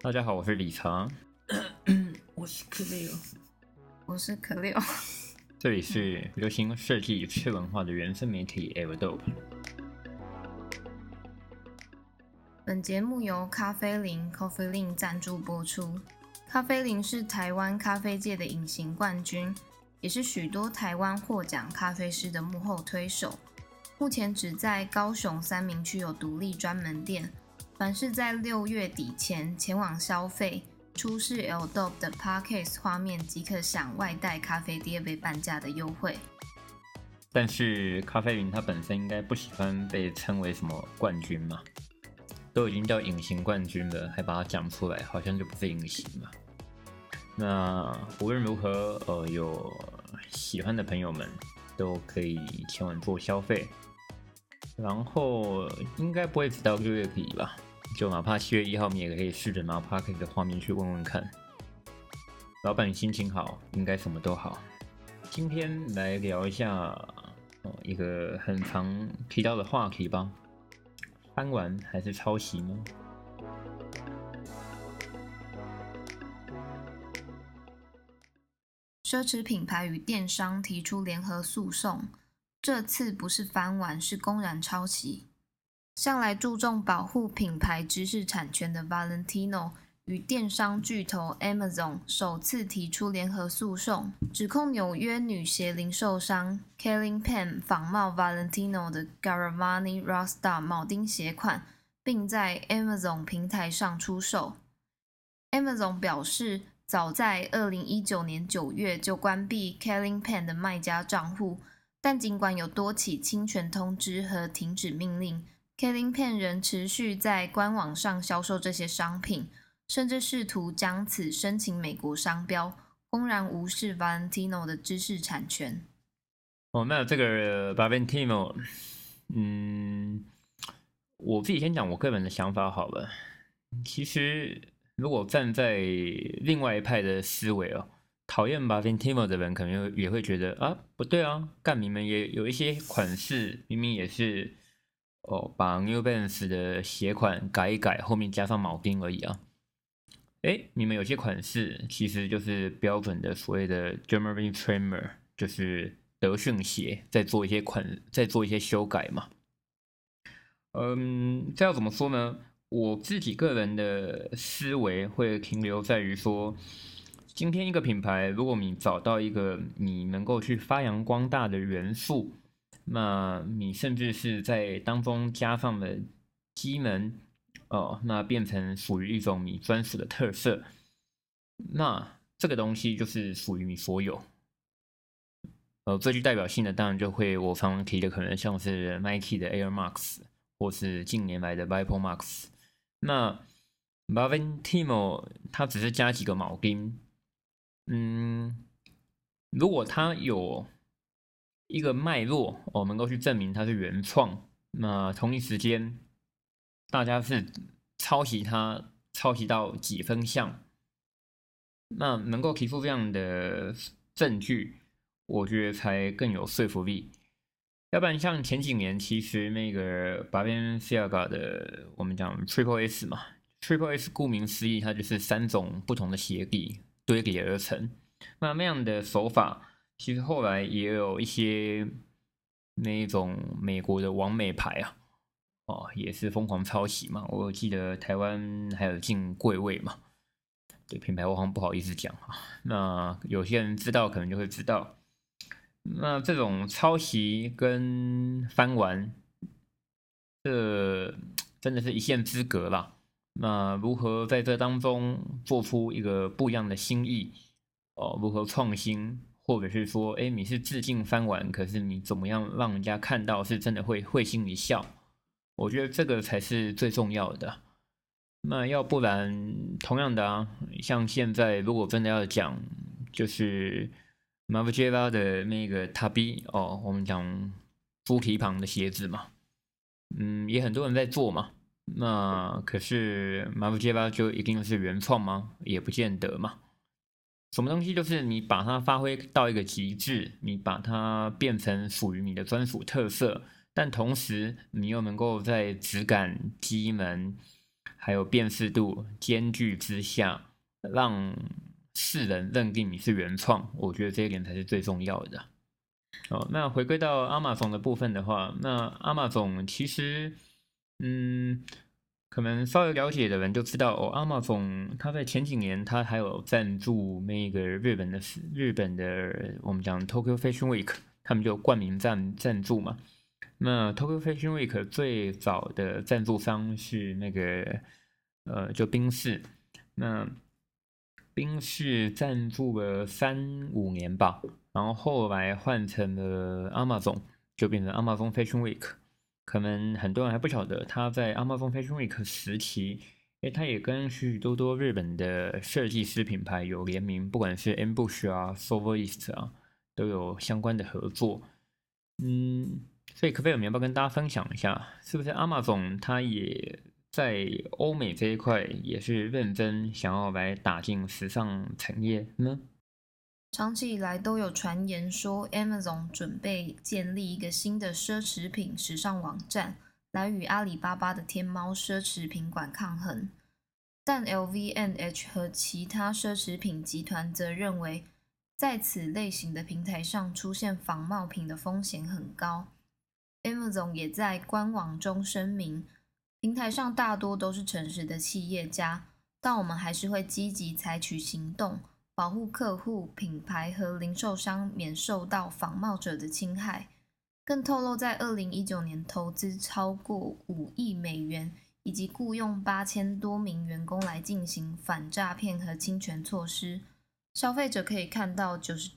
大家好，我是理查， 我是克利欧， 我是可六。 这里是流行设计次文化的原生媒体 Everdope。 本节目由咖啡林 Coffee Lin 赞助播出。咖啡林是台湾咖啡界的隐形冠军，也是许多台湾获奖咖啡师的幕后推手。目前只在高雄三民区有独立专门店，凡是在6月底前往消费，出示 Everdope 的 Podcast 画面即可享外带咖啡第2杯半价的优惠。 但是咖啡林它本身应该不喜欢被称为什么冠军嘛，都已经叫隐形冠军了，还把它讲出来，好像就不是隐形嘛。那无论如何，有喜欢的朋友们都可以前往做消费，然后应该不会直到6月底吧，就哪怕7月1号，你也可以试着拿 Podcast 的画面去问问看。老板心情好，应该什么都好。今天来聊一下一个很常提到的话题吧，翻玩还是抄袭呢？ 奢侈品牌与电商提出联合诉讼，这次不是翻玩，是公然抄袭。向来注重保护品牌知识产权的 Valentino 与电商巨头 Amazon 首次提出联合诉讼，指控纽约女鞋零售商 Calvin Klein 仿冒 Valentino 的 Garavani Rockstar 铆钉鞋款，并在 Amazon 平台上出售。Amazon 表示，早在2019年9月就关闭 Calvin Klein 的卖家账户，但尽管有多起侵权通知和停止命令， Calvin Klein 仍持续在官网上销售这些商品，甚至试图将此申请美国商标，公然无视 Valentino 的知识产权。 那这个 Valentino，我自己先讲我个人的想法好了。其实如果站在另外一派的思维讨厌 Valentino 的人可能也会觉得啊，不对啊，干你们也有一些款式明明也是把 New Balance 的鞋款改一改，后面加上铆钉而已啊。你们有些款式其实就是标准的所谓的 German Trainer， 就是德训鞋，再做一些修改嘛。这要怎么说呢？我自己个人的思维会停留在于说，今天一个品牌，如果你找到一个你能够去发扬光大的元素，那你甚至是在当中加上了机能，那变成属于一种你专属的特色，那这个东西就是属于你所有。最具代表性的当然就会我常常提的，可能像是 Nike 的 Air Max， 或是近年来的 Vapor Max。那 Valentino 它只是加几个铆钉，如果它有一个脉络，能够去证明它是原创，那同一时间大家是抄袭它，抄袭到几分像，那能够提出这样的证据，我觉得才更有说服力。要不然像前几年，其实那个 Balenciaga 的我们讲 Triple S 嘛，Triple S 顾名思义，它就是3种不同的鞋底堆叠而成。那样的手法，其实后来也有一些那一种美国的网美牌也是疯狂抄袭嘛。我记得台湾还有进柜位嘛，对品牌我好像不好意思讲那有些人知道可能就会知道。那这种抄袭跟翻玩，这真的是一线之隔啦。那如何在这当中做出一个不一样的新意，如何创新，或者是说，你是致敬翻玩，可是你怎么样让人家看到是真的会心一笑？我觉得这个才是最重要的。那要不然，同样的像现在如果真的要讲，就是 Margiela 的那个 Tabi 我们讲猪蹄旁的鞋子嘛，也很多人在做嘛。那可是 Margiela 就一定是原创吗？也不见得嘛。什么东西就是你把它发挥到一个极致，你把它变成属于你的专属特色，但同时你又能够在质感、机能还有辨识度兼具之下，让世人认定你是原创，我觉得这一点才是最重要的。那回归到 Amazon 的部分的话，那 Amazon 其实，可能稍微了解的人就知道Amazon 它在前几年它还有赞助那个日本的我们讲 Tokyo Fashion Week， 他们就冠名赞助嘛。那 Tokyo Fashion Week 最早的赞助商是那个就宾士，那宾士赞助了3-5年吧，然后后来换成了 Amazon， 就变成 Amazon Fashion Week。可能很多人还不晓得，他在 Amazon Fashion Week 时期，他也跟许许多多日本的设计师品牌有联名，不管是 Ambush 啊、Sovo East 啊，都有相关的合作。所以可不可以，我们要不要跟大家分享一下，是不是 Amazon 它也在欧美这一块也是认真想要来打进时尚产业呢？ 长期以来都有传言说 Amazon 准备建立一个新的奢侈品时尚网站，来与阿里巴巴的天猫奢侈品馆抗衡。但 LVMH 和其他奢侈品集团则认为，在此类型的平台上出现仿冒品的风险很高。Amazon 也在官网中声明，平台上大多都是诚实的企业家，但我们还是会积极采取行动，保护客户、品牌和零售商免受到仿冒者的侵害。更透露，在2019年投资超过5亿美元，以及雇用8000多名员工来进行反诈骗和侵权措施。消费者可以看到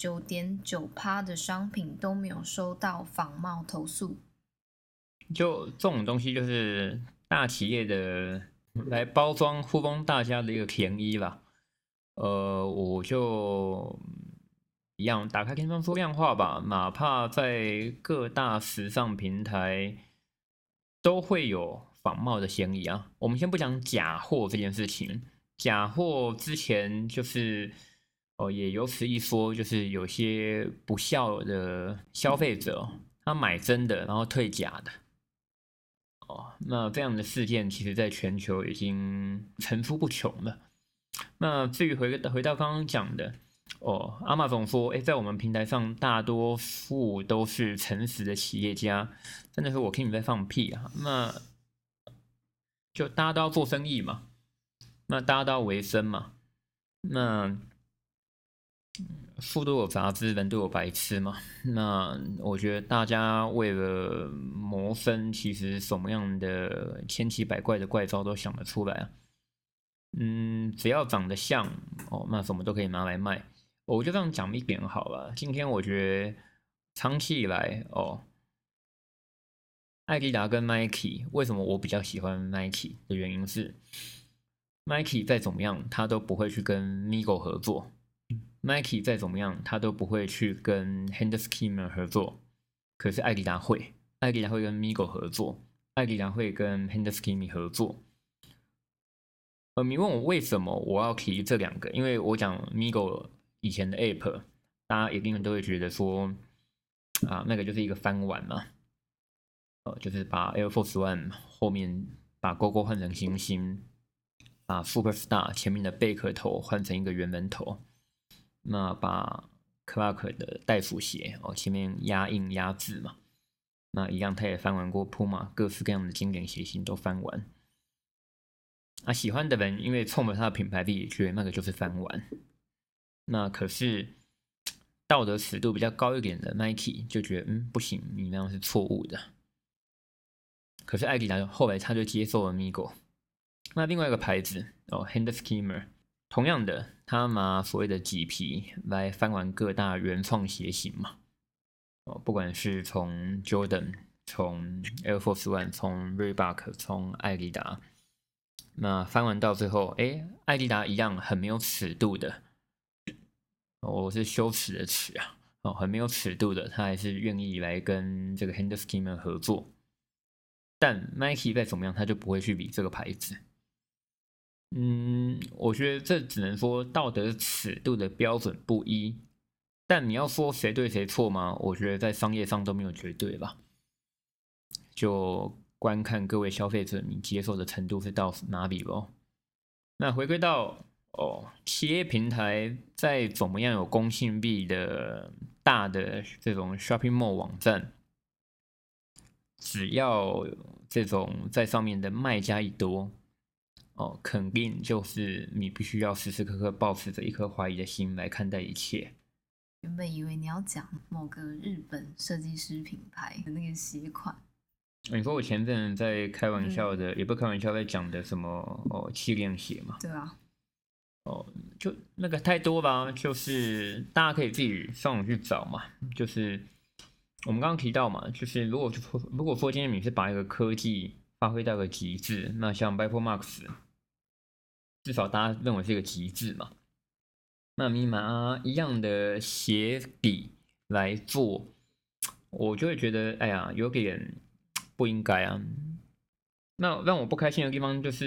99.9% 的商品都没有收到仿冒投诉。 就这种东西，就是大企业的来包装糊弄大家的一个便宜啦。我就一样打开天窗说亮话吧，哪怕在各大时尚平台都会有仿冒的嫌疑啊。我们先不讲假货这件事情，假货之前就是也有此一说，就是有些不孝的消费者，他买真的然后退假的。那这样的事件其实在全球已经层出不穷了。那至于回到刚刚讲的Amazon 说，在我们平台上大多数都是诚实的企业家，真的是我听你在放屁啊！那就大家都要做生意嘛，那大家都要维生嘛，那树都有杂枝，人都有白痴嘛。那我觉得大家为了谋生，其实什么样的千奇百怪的怪招都想得出来啊。只要长得像那什么都可以拿来卖。我就这样讲一点好了。今天我觉得长期以来艾迪达跟 Nike， 为什么我比较喜欢 Nike 的原因是 ，Nike 再怎么样，他都不会去跟 Migo 合作。Nike 再怎么样，他都不会去跟 Henderson 合作，可是艾迪达会，艾迪达会跟 Migo 合作，艾迪达会跟 Henderson 合作。你问我为什么我要提这两个？因为我讲 Migo 以前的 App， 大家一定都会觉得说那个就是一个翻玩嘛，就是把 Air Force One 后面把勾勾换成星星，把 Superstar 前面的贝壳头换成一个圆人头。那把 Clark 的袋鼠鞋前面压印压字嘛，那一样他也翻完过 Puma， 各式各样的经典鞋型都翻完。喜欢的人因为冲着他的品牌力，觉得那个就是翻玩。那可是道德尺度比较高一点的 Nike 就觉得不行，你那样是错误的。可是艾迪达后来他就接受了 Migo。那另外一个牌子Henderson，同样的，他拿所谓的麂皮来翻玩各大原创鞋型嘛，不管是从 Jordan、从 Air Force One、从 Reebok、从艾迪达，那翻完到最后，艾迪达一样很没有尺度的，我是羞耻的耻啊，很没有尺度的，他还是愿意来跟这个 Henderson 合作，但 Nike 再怎么样，他就不会去理这个牌子。我觉得这只能说道德尺度的标准不一，但你要说谁对谁错吗？我觉得在商业上都没有绝对吧。就观看各位消费者你接受的程度是到哪里咯。那回归到企业平台再怎么样有公信力的大的这种 shopping mall 网站，只要这种在上面的卖家一多，肯定就是你必须要时时刻刻抱持着一颗怀疑的心来看待一切。 原本以为你要讲某个日本设计师品牌的那个鞋款。 你说我前阵在开玩笑的，也不开玩笑在讲的什么气垫鞋嘛？ 对啊。 就那个太多了，就是大家可以自己上网去找嘛。就是我们刚刚提到嘛，就是如果说今天你是把一个科技发挥到个极致，那像 Vapor Max， 至少大家认为是一个极致嘛。那你拿一样的鞋底来做，我就会觉得，哎呀，有点不应该啊。那让我不开心的地方就是，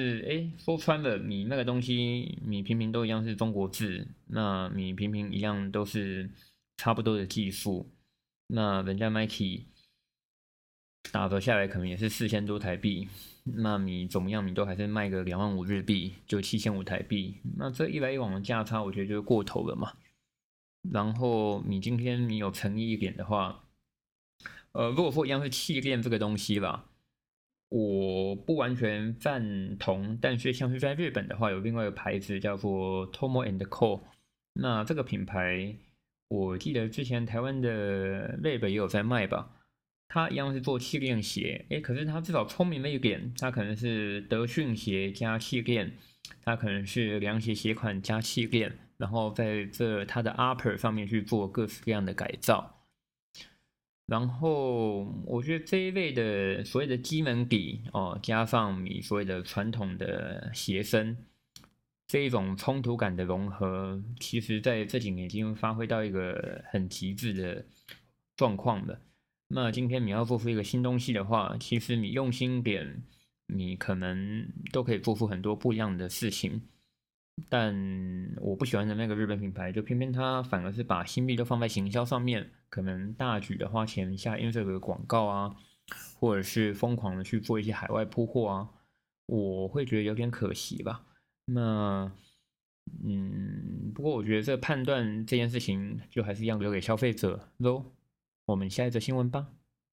说穿了，你那个东西，你平平都一样是中国制，那你平平一样都是差不多的技术，那人家 Nike 打折下来可能也是4000多台币，那你怎么样，你都还是卖个25000日币，就7500台币，那这一来一往的价差，我觉得就是过头了嘛。然后你今天你有诚意一点的话，如果说一样是气垫这个东西啦，我不完全赞同，但是像是在日本的话，有另外一个牌子叫做 Tomo and Co。那这个品牌，我记得之前台湾的 Lab 也有在卖吧。它一样是做气垫鞋，可是它至少聪明了一点，它可能是德训鞋加气垫，它可能是凉鞋鞋款加气垫，然后在它的 upper 上面去做各式各样的改造。然后我觉得这一类的所谓的机能底加上你所谓的传统的鞋身，这一种冲突感的融合，其实在这几年已经发挥到一个很极致的状况了。那今天你要做出一个新东西的话，其实你用心点，你可能都可以做出很多不一样的事情。但我不喜欢的那个日本品牌，就偏偏它反而是把心力都放在行销上面，可能大举的花钱下 Instagram 广告啊，或者是疯狂的去做一些海外铺货啊，我会觉得有点可惜吧。那不过我觉得这判断这件事情就还是一样留给消费者喽。我们下一则新闻吧。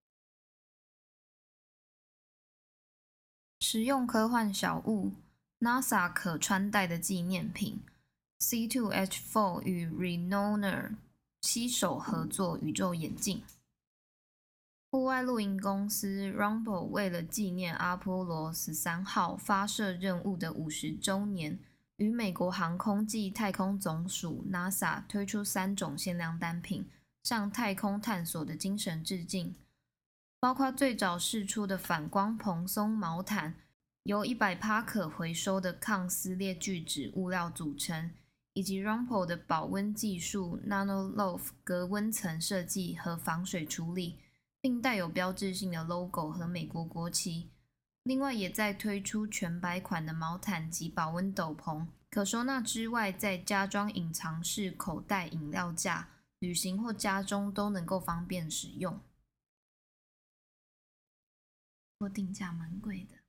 实用科幻小物 NASA 可穿戴的纪念品 C2H4 与 Renoner 携手合作宇宙眼镜。户外露营公司 Rumble 为了纪念阿波罗13号发射任务的50周年，与美国航空暨太空总署 NASA 推出3种限量单品，向太空探索的精神致敬，包括最早释出的反光蓬松毛毯，由100%可回收的抗撕裂聚酯物料组成，以及 Rumble 的保温技术 NanoLoaf 隔温层设计和防水处理，并带有标志性的 logo 和美国国旗。另外也在推出全白款的毛毯及保温斗篷，可收纳之外，再加装隐藏式口袋饮料架，旅行或家中都能够方便使用。我定价蛮贵的。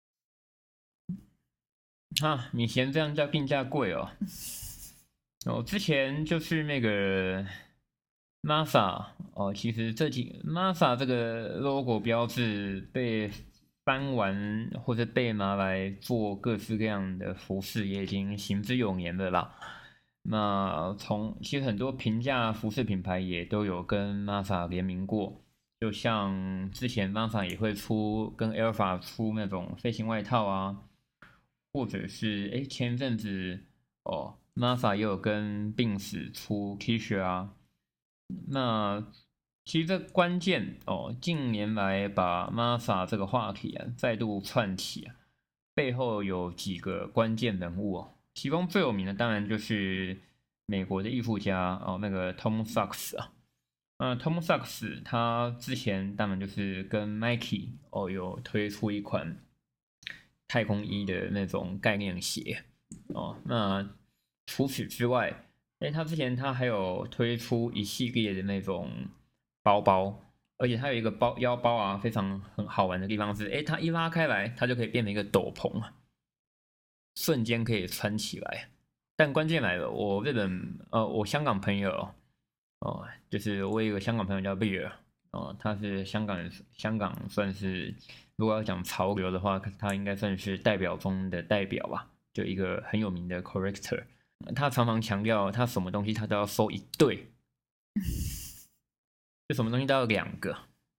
你嫌这样叫定价贵哦？之前就是那个 NASA 其实NASA 这个 logo 标志被翻完或者被拿来做各式各样的服饰，也已经行之有年了啦。那其实很多平价服饰品牌也都有跟 NASA 联名过，就像之前 NASA 也会跟 Alpha 出那种飞行外套啊。或者是前阵子NASA 也有跟病死出 T 恤啊。那其实这关键近年来把 NASA 这个话题再度串起背后有几个关键人物其中最有名的当然就是美国的艺术家那个 Tom Sachs Tom Sachs 他之前当然就是跟 Nike 有推出一款太空衣的那种概念鞋那除此之外他之前他还有推出一系列的那种包包而且它有一个腰包啊，很好玩的地方是，它一拉开来，它就可以变成一个斗篷啊，瞬间可以穿起来。但关键来了，我香港朋友就是我有一个香港朋友叫 Beer 他是香港算是如果要讲潮流的话，他应该算是代表中的代表吧，就一个很有名的 corrector。他常常强调，他什么东西他都要收一对，就什么东西都要2个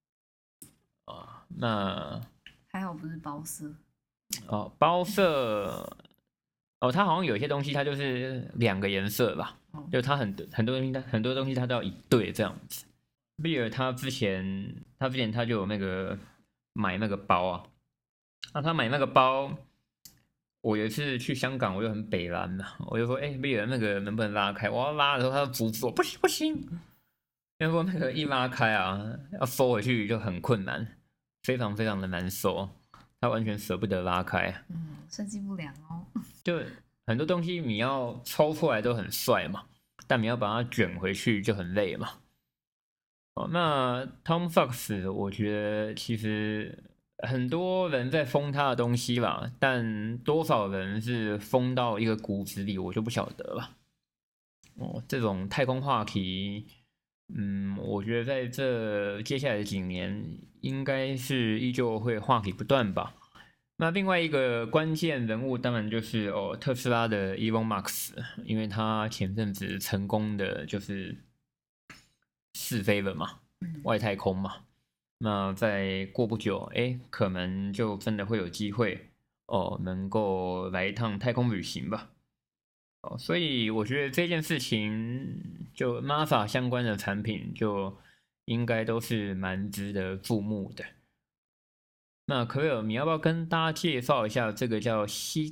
那还好不是包色包色他好像有些东西它就是2个颜色吧，就他很多东西他都要一对这样子。比尔他之前他就有那个买那个包啊，他买那个包，我有一次去香港，我就很北蓝嘛，我就说比尔那个能不能拉开？我要拉的时候，他就阻止我，不行，因为说那个一拉开啊，要收回去就很困难，非常的难收，他完全舍不得拉开。 设计不良哦。 就很多东西你要抽出来都很帅嘛，但你要把它卷回去就很累嘛。那 Tom Fox 我觉得其实很多人在封他的东西吧，但多少人是封到一个骨子里，我就不晓得了。这种太空话题，我觉得在这接下来的几年，应该是依旧会话题不断吧。那另外一个关键人物当然就是特斯拉的 Elon Musk， 因为他前阵子成功的就是试飞了嘛，外太空嘛。那再过不久，可能就真的会有机会能够来一趟太空旅行吧。所以我觉得这件事情，就 NASA 相关的产品就应该都是蛮值得注目的。那可尔，你要不要跟大家介绍一下这个叫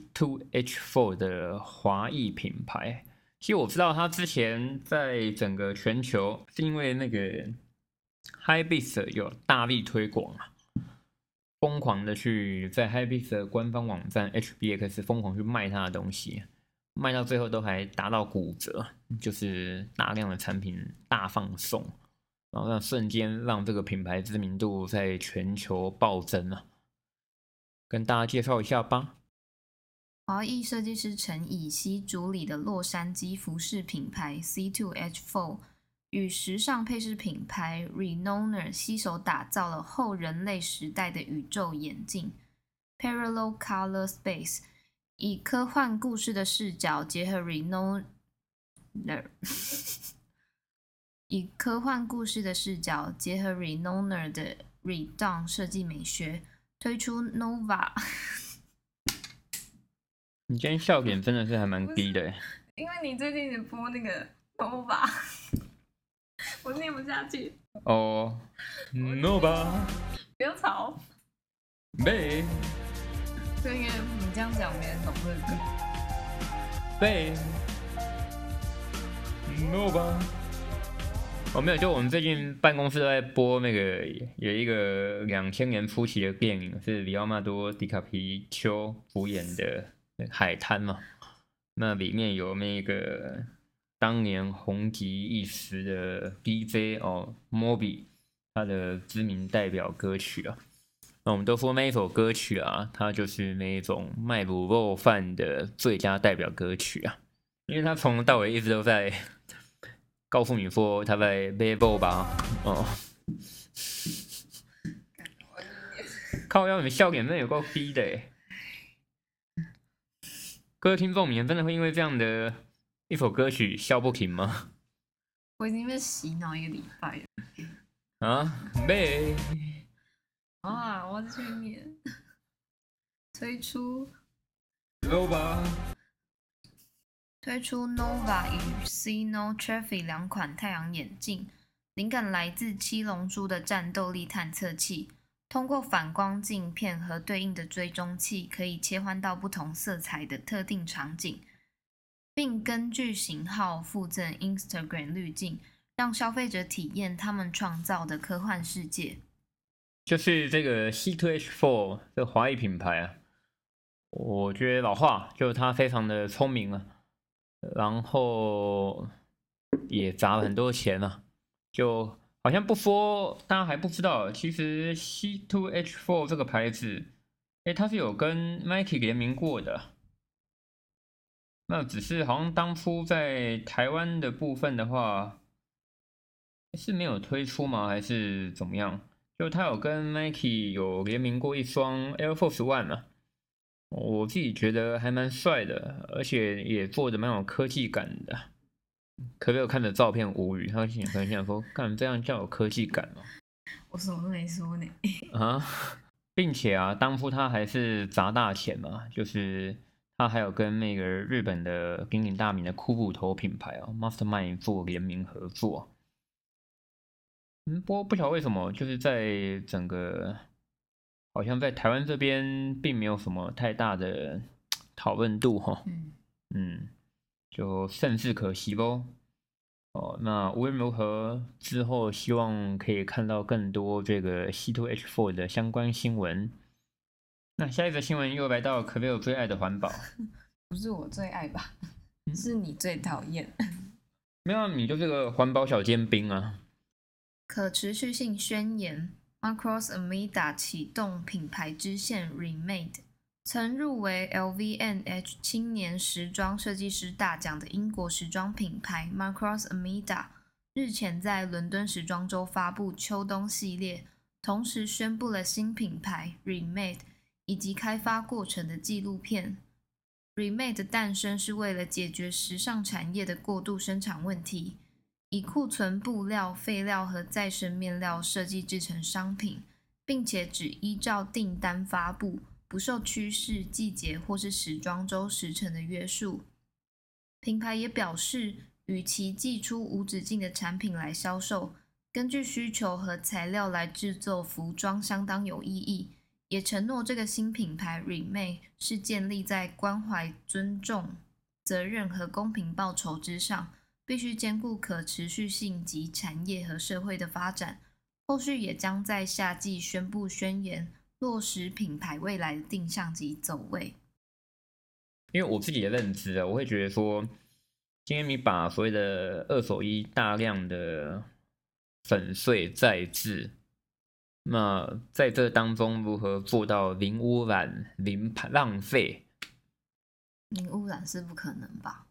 C2H4 的华裔品牌？其实我知道它之前在整个全球是因为那个 Hybrid 有大力推广啊，疯狂的去在 Hybrid 的官方网站 HBX 疯狂去卖它的东西，卖到最后都还达到骨折，就是大量的产品大放送。然后让瞬间让这个品牌知名度在全球暴增啊！跟大家介绍一下吧。 华裔设计师陈以希主理的洛杉矶服饰品牌 C2H4 与时尚配饰品牌 Renoner 携手打造了后人类时代的宇宙眼镜 Parallel Color Space， 以科幻故事的视角结合 Renoner 以科幻故事的视角结合 Renoner 的 Redawn 设计美学，推出 Nova 你今天笑点真的是还蛮低的， 因为你最近播那个 Nova， 我念不下去。 Nova， 不要吵。 贝， 对，因为你这样讲没人懂这个。 贝，Nova。没有，就我们最近办公室都在播那个有一个2000年初期的电影，是里奥纳多·迪卡皮丘主演的《海滩》嘛。那里面有那个当年红极一时的 DJ Moby， 他的知名代表歌曲啊。那我们都说那一首歌曲啊，它就是那一种卖卤肉饭的最佳代表歌曲啊，因为他从头到尾一直都在告诉你说他在背包吧，靠腰，你们笑点真的有够低的耶！各位听众，你们真的会因为这样的一首歌曲笑不停吗？ 我已经被洗脑1个礼拜了。 妹我去念推出 Nova 与 Sino Traffic 2款太阳眼镜，灵感来自七龙珠的战斗力探测器。通过反光镜片和对应的追踪器，可以切换到不同色彩的特定场景，并根据型号附赠 Instagram 滤镜，让消费者体验他们创造的科幻世界。 就是这个 C2H4 这华裔品牌啊，我觉得老话就是他非常的聪明啊，然后也砸了很多钱啊，就好像不说大家还不知道，其实 C2H4 这个牌子，它是有跟 Nike 联名过的。那只是好像当初在台湾的部分的话，是没有推出吗？还是怎么样？就他有跟 Nike 有联名过一双 Air Force One 嘛，我自己觉得还蛮帅的，而且也做的蛮有科技感的。可没有看着照片无语，他可能想说，干这样叫有科技感吗？ 我什么都没说呢。 啊，并且啊，当初他还是砸大钱嘛，就是他还有跟那个日本的鼎鼎大名的骷髅头品牌Mastermind 做联名合作。不过不晓得为什么，就是在整个好像在台湾这边并没有什么太大的讨论度哈。就甚是可惜咯。那无论如何，之后希望可以看到更多这个 C2H4 的相关新闻。那下一则新闻又来到可贝尔最爱的环保， 不是我最爱吧？是你最讨厌。 没有，你就是个环保小尖兵啊！ 可持续性宣言 ，Macross Amida 启动品牌支线 Remade。曾入围 LVMH 青年时装设计师大奖的英国时装品牌 Macross Amida 日前在伦敦时装周发布秋冬系列，同时宣布了新品牌 Remade 以及开发过程的纪录片。Remade 的诞生是为了解决时尚产业的过度生产问题，以库存布料、废料和再生面料设计制成商品，并且只依照订单发布，不受趋势、季节或是时装周时程的约束。品牌也表示，与其寄出无止境的产品来销售，根据需求和材料来制作服装相当有意义。也承诺这个新品牌 Remade 是建立在关怀、尊重、责任和公平报酬之上，必须兼顾可持续性及产业和社会的发展。后续也将在夏季宣布宣言，落实品牌未来的定向及走位。 因为我自己的认知啊，我会觉得说，今天你把所谓的二手衣大量的粉碎再制，那在这当中如何做到零污染、零浪费？ 零污染是不可能吧？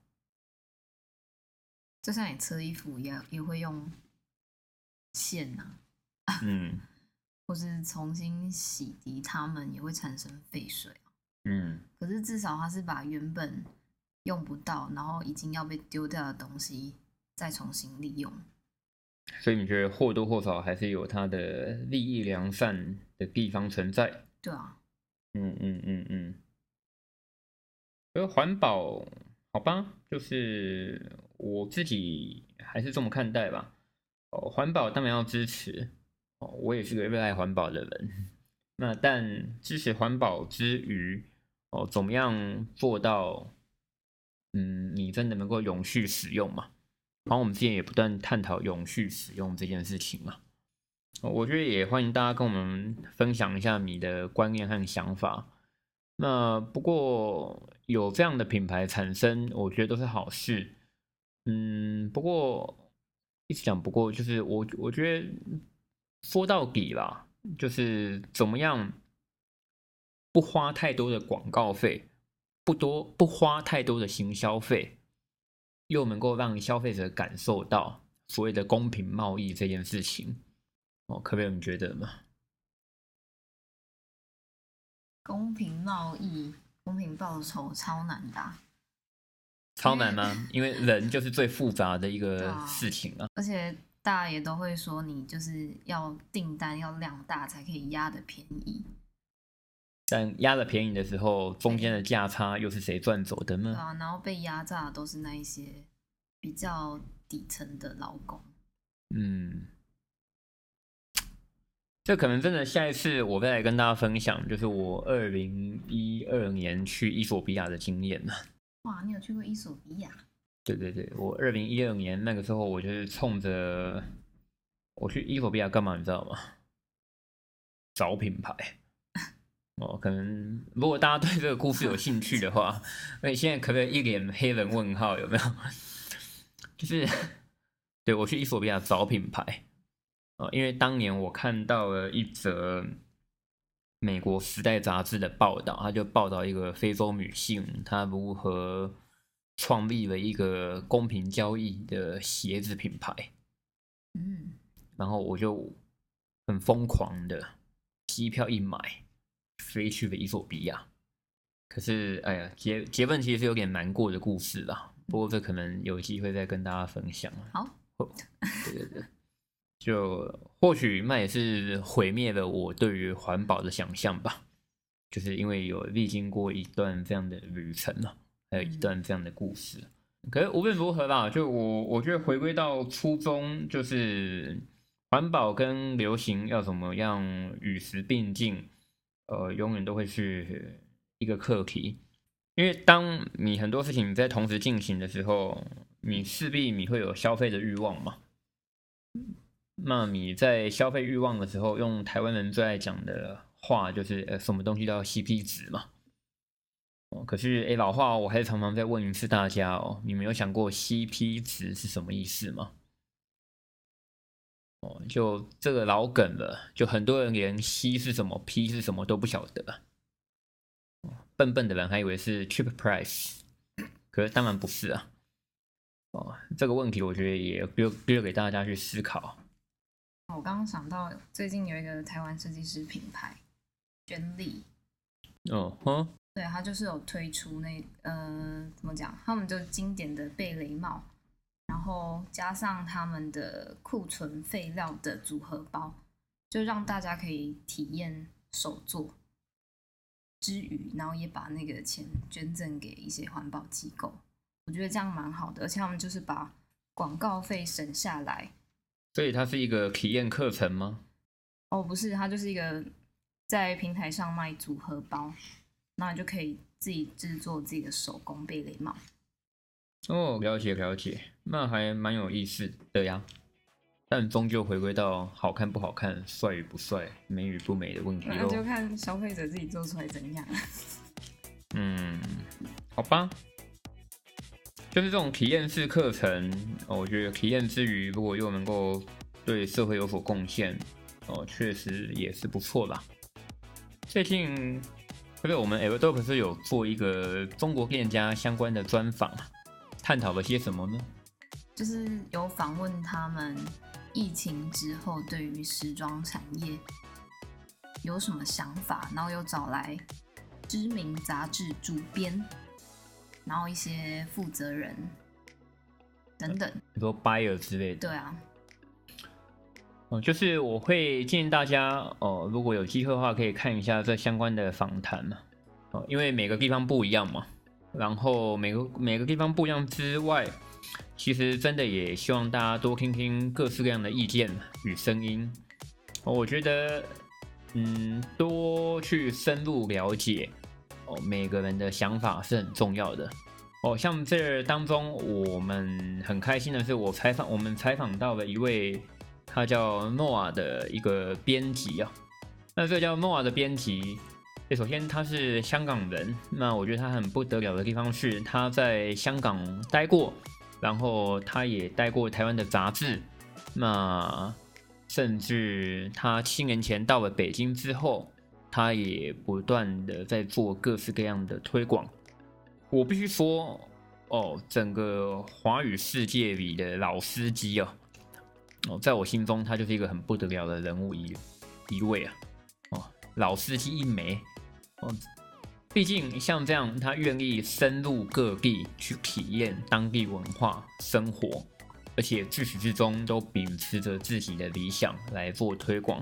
就像你车衣服也会用线啊，或是重新洗涤它们也会产生废水啊。可是至少它是把原本用不到，然后已经要被丢掉的东西再重新利用。 所以你觉得或多或少还是有它的利益良善的地方存在？ 对啊。 而环保，好吧，就是我自己还是这么看待吧。环保当然要支持，我也是个热爱环保的人。那但支持环保之余，怎么样做到，你真的能够永续使用嘛？然后我们之前也不断探讨永续使用这件事情嘛。我觉得也欢迎大家跟我们分享一下你的观念和想法。那不过有这样的品牌产生，我觉得都是好事。不过一直讲不过，就是我觉得说到底啦，就是怎么样不花太多的广告费，不花太多的行销费，又能够让消费者感受到所谓的公平贸易这件事情。可不可以你觉得吗？ 公平贸易、公平报酬超难的超难吗？因为人就是最复杂的一个事情啊。 而且大家也都会说，你就是要订单要量大才可以压得便宜。 但压了便宜的时候，中间的价差又是谁赚走的呢？ 对啊，然后被压榨的都是那一些比较底层的劳工。 这可能真的下一次我再来跟大家分享，就是我2012年去伊索比亚的经验了。 哇，你有去过伊索比亚？ 对，我2012年那个时候，我就是冲着我去伊索比亚干嘛，你知道吗？找品牌。可能如果大家对这个故事有兴趣的话，那你现在可不可以一脸黑人问号？有没有？就是对我去伊索比亚找品牌。 因为当年我看到了一则美国《时代》杂志的报道，他就报道一个非洲女性，她如何创立了一个公平交易的鞋子品牌。然后我就很疯狂的机票一买，飞去了伊索比亚。可是，哎呀，结论其实是有点难过的故事啦。不过这可能有机会再跟大家分享。 好， 对，就或许那也是毁灭了我对于环保的想象吧。就是因为有历经过一段这样的旅程嘛，还有一段这样的故事。可是无论如何啦，就我觉得回归到初衷，就是环保跟流行要怎么样与时并进，永远都会是一个课题。因为当你很多事情在同时进行的时候，你势必你会有消费的欲望嘛。那你在消费欲望的时候，用台湾人最爱讲的话就是什么东西都要 CP 值嘛。可是老话我还是常常在问一次大家哦，你们有想过 CP 值是什么意思吗？就这个老梗了，就很多人连 C 是什么 P 是什么都不晓得。笨笨的人还以为是 cheap price， 可是当然不是啊。这个问题我觉得也丢给大家去思考。 我刚刚想到最近有一个台湾设计师品牌娟丽，对，他就是有推出怎么讲，他们就经典的贝雷帽，然后加上他们的库存废料的组合包，就让大家可以体验手作之余，然后也把那个钱捐赠给一些环保机构，我觉得这样蛮好的，而且他们就是把广告费省下来。 所以它是一个体验课程吗？ 不是，它就是一个在平台上卖组合包，那你就可以自己制作自己的手工贝雷帽。 了解，那还蛮有意思的呀。但终究回归到好看不好看、帅与不帅、美与不美的问题咯。 那就看消费者自己做出来怎样。 好吧。就是这种体验式课程，我觉得体验之余，如果又能够对社会有所贡献，确实也是不错啦。最近，我们 Aerodoc 是有做一个中国店家相关的专访，探讨了些什么呢？ 就是有访问他们疫情之后对于时装产业有什么想法，然后有找来知名杂志主编，然后一些负责人等等， 比如说 buyer 之类的。 对啊。 就是我会建议大家如果有机会的话，可以看一下这相关的访谈嘛。因为每个地方不一样嘛，然后每个地方不一样之外，其实真的也希望大家多听听各式各样的意见与声音。我觉得多去深入了解每个人的想法是很重要的。像这当中我们很开心的是，我们采访到了一位他叫 Noah 的一个编辑啊。那这个叫 Noah 的编辑，首先他是香港人，那我觉得他很不得了的地方是他在香港待过，然后他也待过台湾的杂志，那甚至他7年前到了北京之后，他也不断的在做各式各样的推广。我必须说整个华语世界里的老司机在我心中他就是一个很不得了的人物一位啊。老司机一枚。毕竟像这样他愿意深入各地去体验当地文化生活，而且自始至终都秉持着自己的理想来做推广。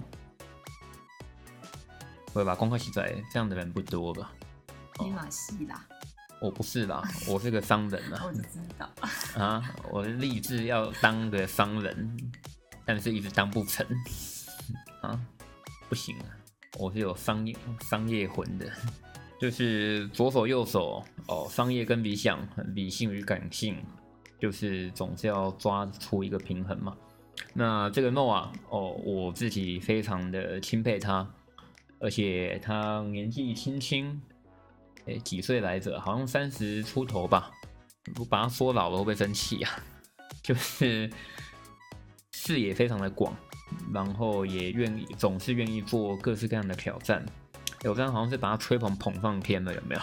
对吧？公开起来这样的人不多吧？ 你马戏啦？ 我不是啦，我是个商人啊。 我就知道啊，我立志要当个商人，但是一直当不成啊，不行啊，我是有商业魂的，就是左手右手商业跟理想，理性与感性，就是总是要抓出一个平衡嘛。那这个 Noah 我自己非常的钦佩他，而且他年纪轻轻。几岁来着？好像30出头吧。我把他说老了会不会生气啊？就是视野非常的广， 然后也总是愿意做各式各样的挑战。我刚刚好像是把他吹捧上天了，有没有？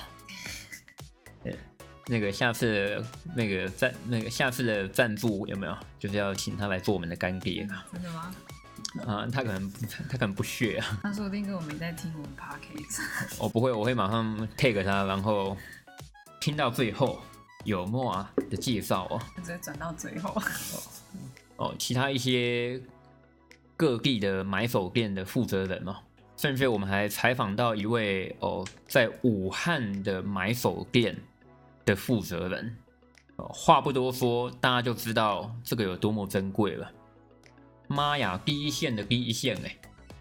那个下次下次的赞助有没有？就是要请他来做我们的干爹啊？ 真的吗？ 他可能不屑啊。 他说不定跟我没在听我们 podcast。 我不会，我会马上 take 他，然后听到最后有Moa的介绍哦。 直接转到最后。 其他一些各地的买手店的负责人哦，甚至我们还采访到一位在武汉的买手店的负责人。话不多说，大家就知道这个有多么珍贵了。妈呀，第一线的第一线哎，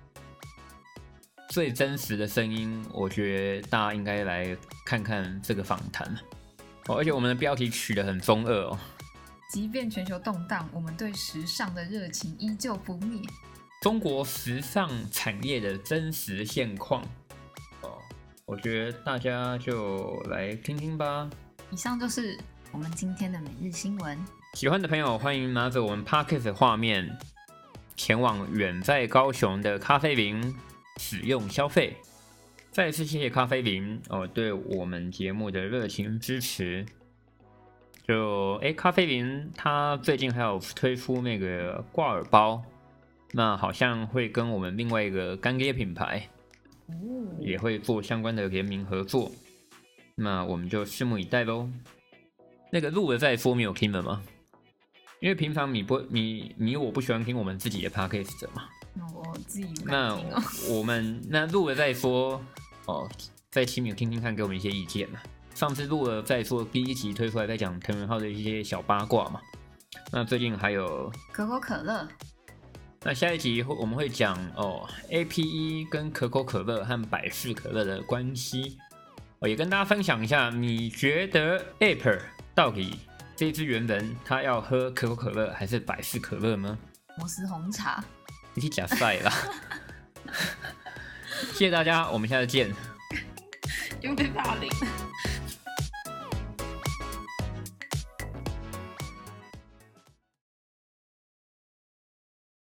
最真实的声音，我觉得大家应该来看看这个访谈而且我们的标题取得很中二哦。 即便全球动荡，我们对时尚的热情依旧不灭。 中国时尚产业的真实现况我觉得大家就来听听吧。 以上就是我们今天的每日新闻。 喜欢的朋友欢迎拿着我们 Podcast 的画面前往远在高雄的咖啡林使用消费。再次谢谢咖啡林对我们节目的热情支持。咖啡林他最近还有推出那个挂耳包，那好像会跟我们另外一个干爹品牌也会做相关的联名合作，那我们就拭目以待咯。那个录了再说没有听了吗？因为平常你我不喜欢听我们自己的 podcast 嘛。 我自己不那敢听哦。 我们那录了再说再请你听听看，给我们一些意见嘛。上次录了再说第一集推出来，在讲藤原浩的一些小八卦嘛。那最近还有可口可乐。 那下一集我们会讲APE 跟可口可乐和百事可乐的关系也跟大家分享一下，你觉得 App 到底这只猿人他要喝可口可乐还是百事可乐呢？ 摩斯红茶。 你去假赛啦！谢谢大家，我们下次见。 又被霸凌了。